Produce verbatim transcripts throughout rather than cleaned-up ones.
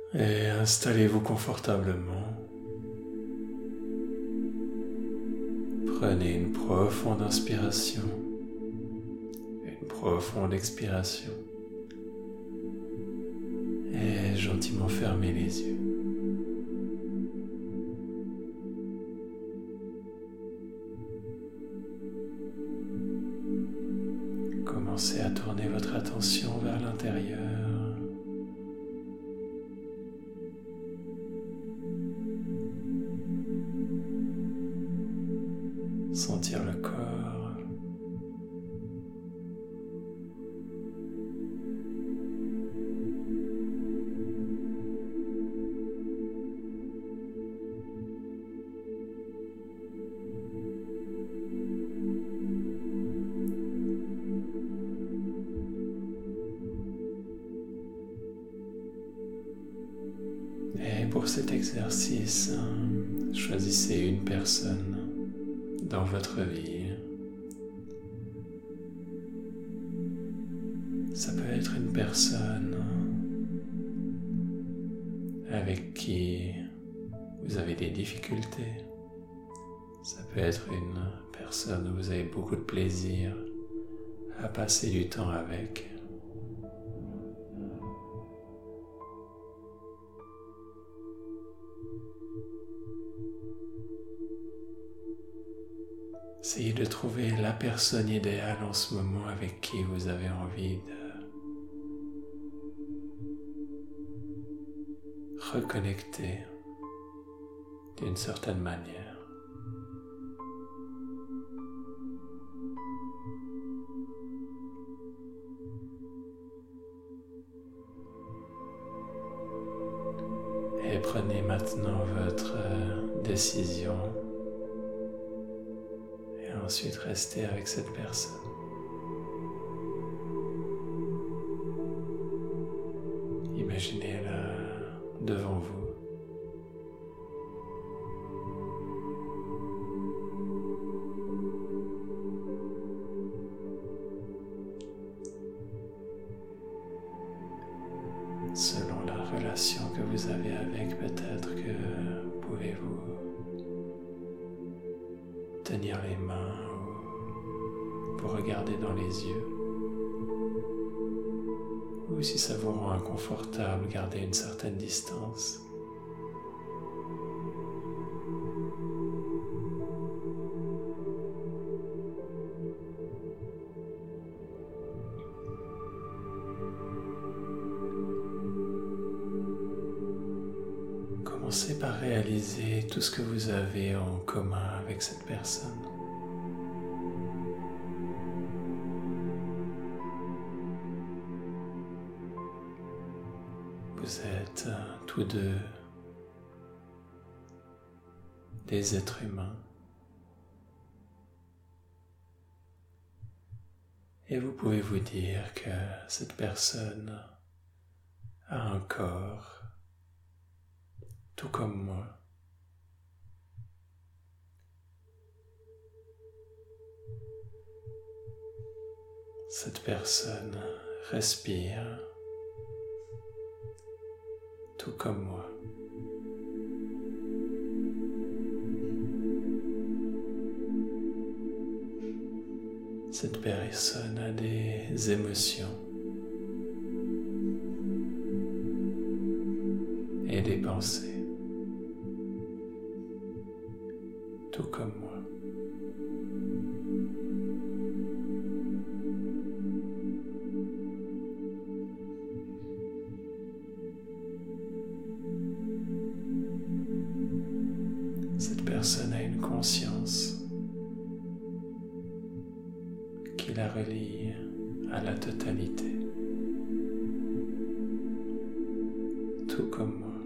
Et installez-vous confortablement. Prenez une profonde inspiration, une profonde expiration et gentiment fermez les yeux. Commencez à tourner votre attention vers l'intérieur. Sentir le corps. Et pour cet exercice, choisissez une personne dans votre vie. Ça peut être une personne avec qui vous avez des difficultés. Ça peut être une personne où vous avez beaucoup de plaisir à passer du temps avec. Essayez de trouver la personne idéale en ce moment avec qui vous avez envie de reconnecter d'une certaine manière. Et prenez maintenant votre décision. Ensuite, restez avec cette personne. Imaginez-la devant vous. Selon la relation que vous avez avec, peut-être que pouvez-vous tenir les mains ou vous regarder dans les yeux. Ou si ça vous rend inconfortable, gardez une certaine distance. Commencez par réaliser tout ce que vous avez en commun avec cette personne. Vous êtes tous deux des êtres humains et vous pouvez vous dire que cette personne a un corps tout comme moi. Cette personne respire tout comme moi. Cette personne a des émotions et des pensées. Tout comme moi. Cette personne a une conscience qui la relie à la totalité. Tout comme moi.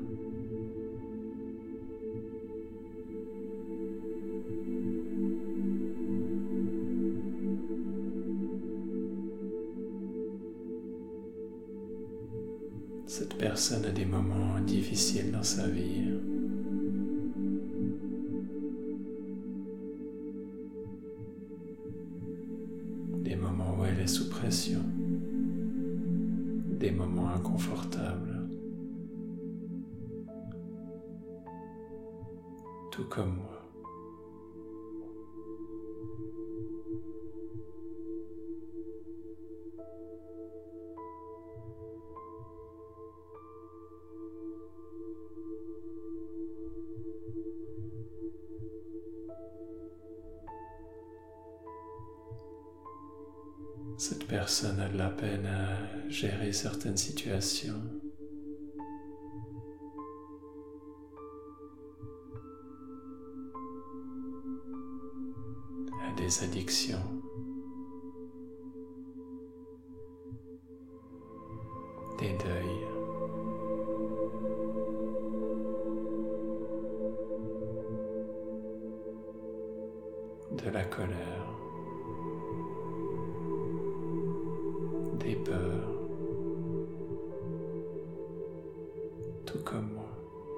Cette personne a des moments difficiles dans sa vie. Des moments où elle est sous pression. Des moments inconfortables. tout comme moi. Cette personne a de la peine à gérer certaines situations. A des addictions. Des deuils. De la colère. Des peurs, tout comme moi.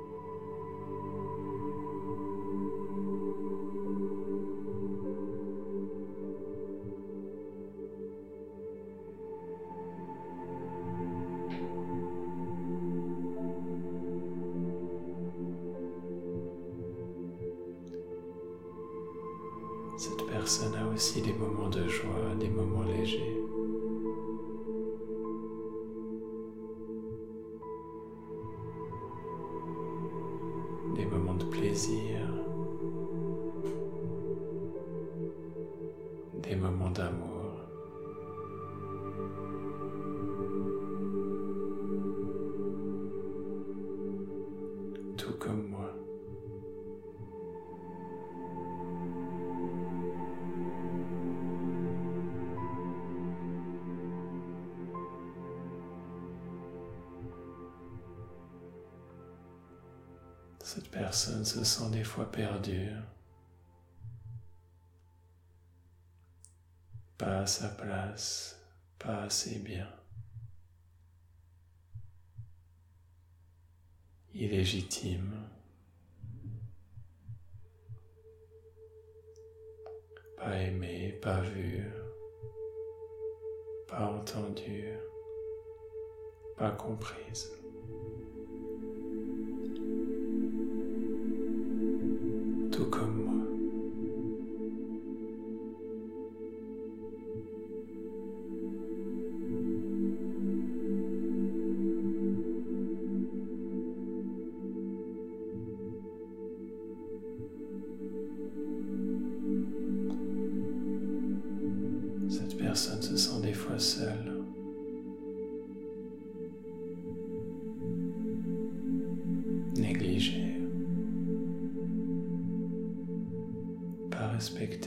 Cette personne a aussi des moments de joie, des moments légers. Des moments de plaisir, des moments d'amour, tout comme moi. Cette personne se sent des fois perdue, pas à sa place, pas assez bien, illégitime, pas aimée, pas vue, pas entendue, pas comprise. Tout comme moi. Cette personne se sent des fois seule. Négligée. Pas respectée.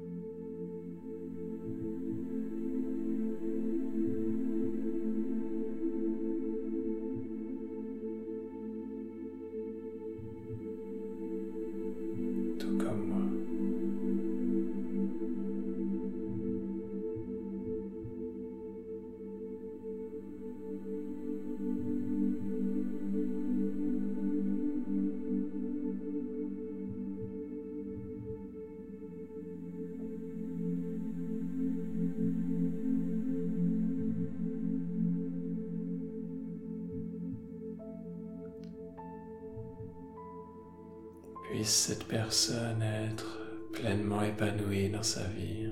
Tout comme moi. Puisse cette personne être pleinement épanouie dans sa vie.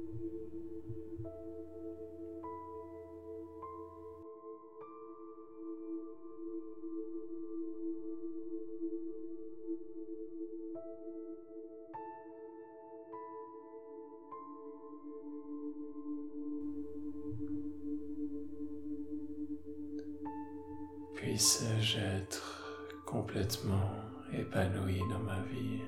Puisse-je être complètement épanoui dans ma vie.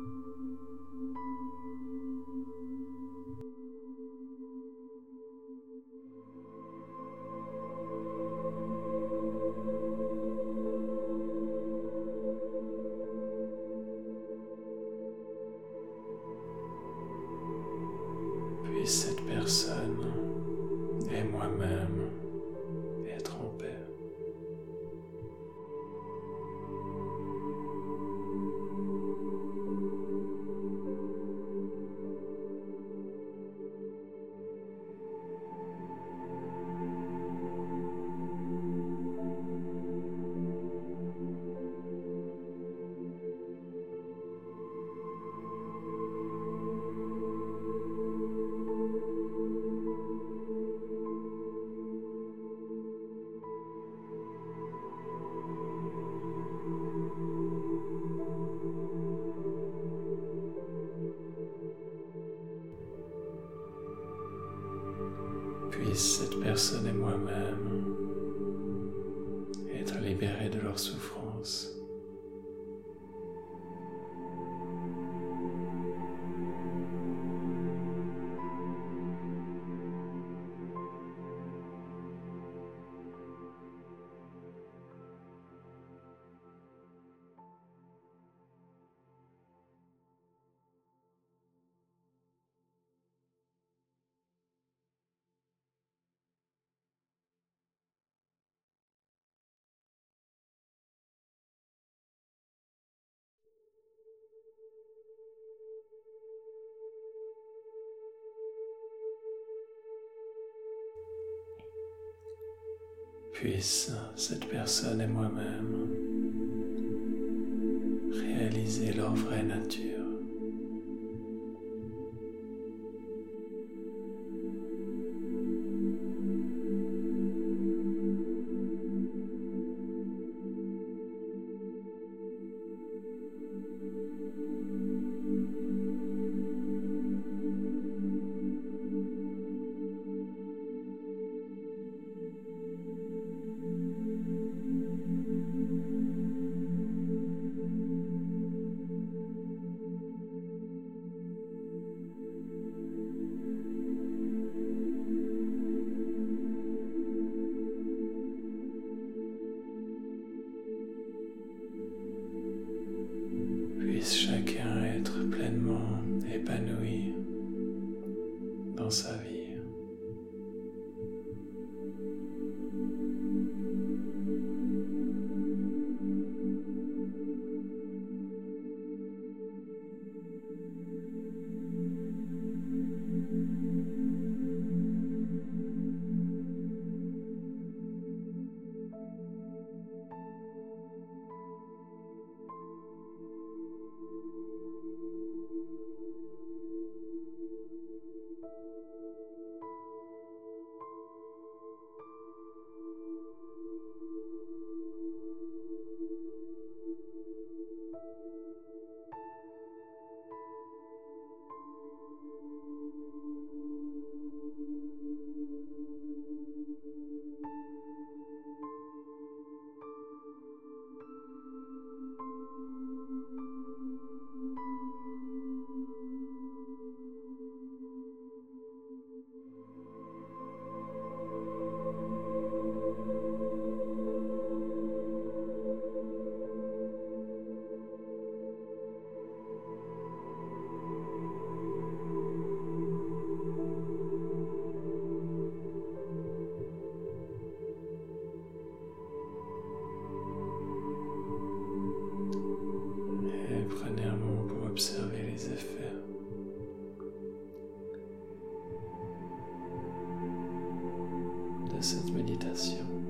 Puisse cette personne et moi-même être en paix. Puisse cette personne et moi-même être libérés de leur souffrance. Puisse cette personne et moi-même réaliser leur vraie nature. Puisse chacun être pleinement épanoui dans sa vie. Prenez un moment pour observer les effets de cette méditation.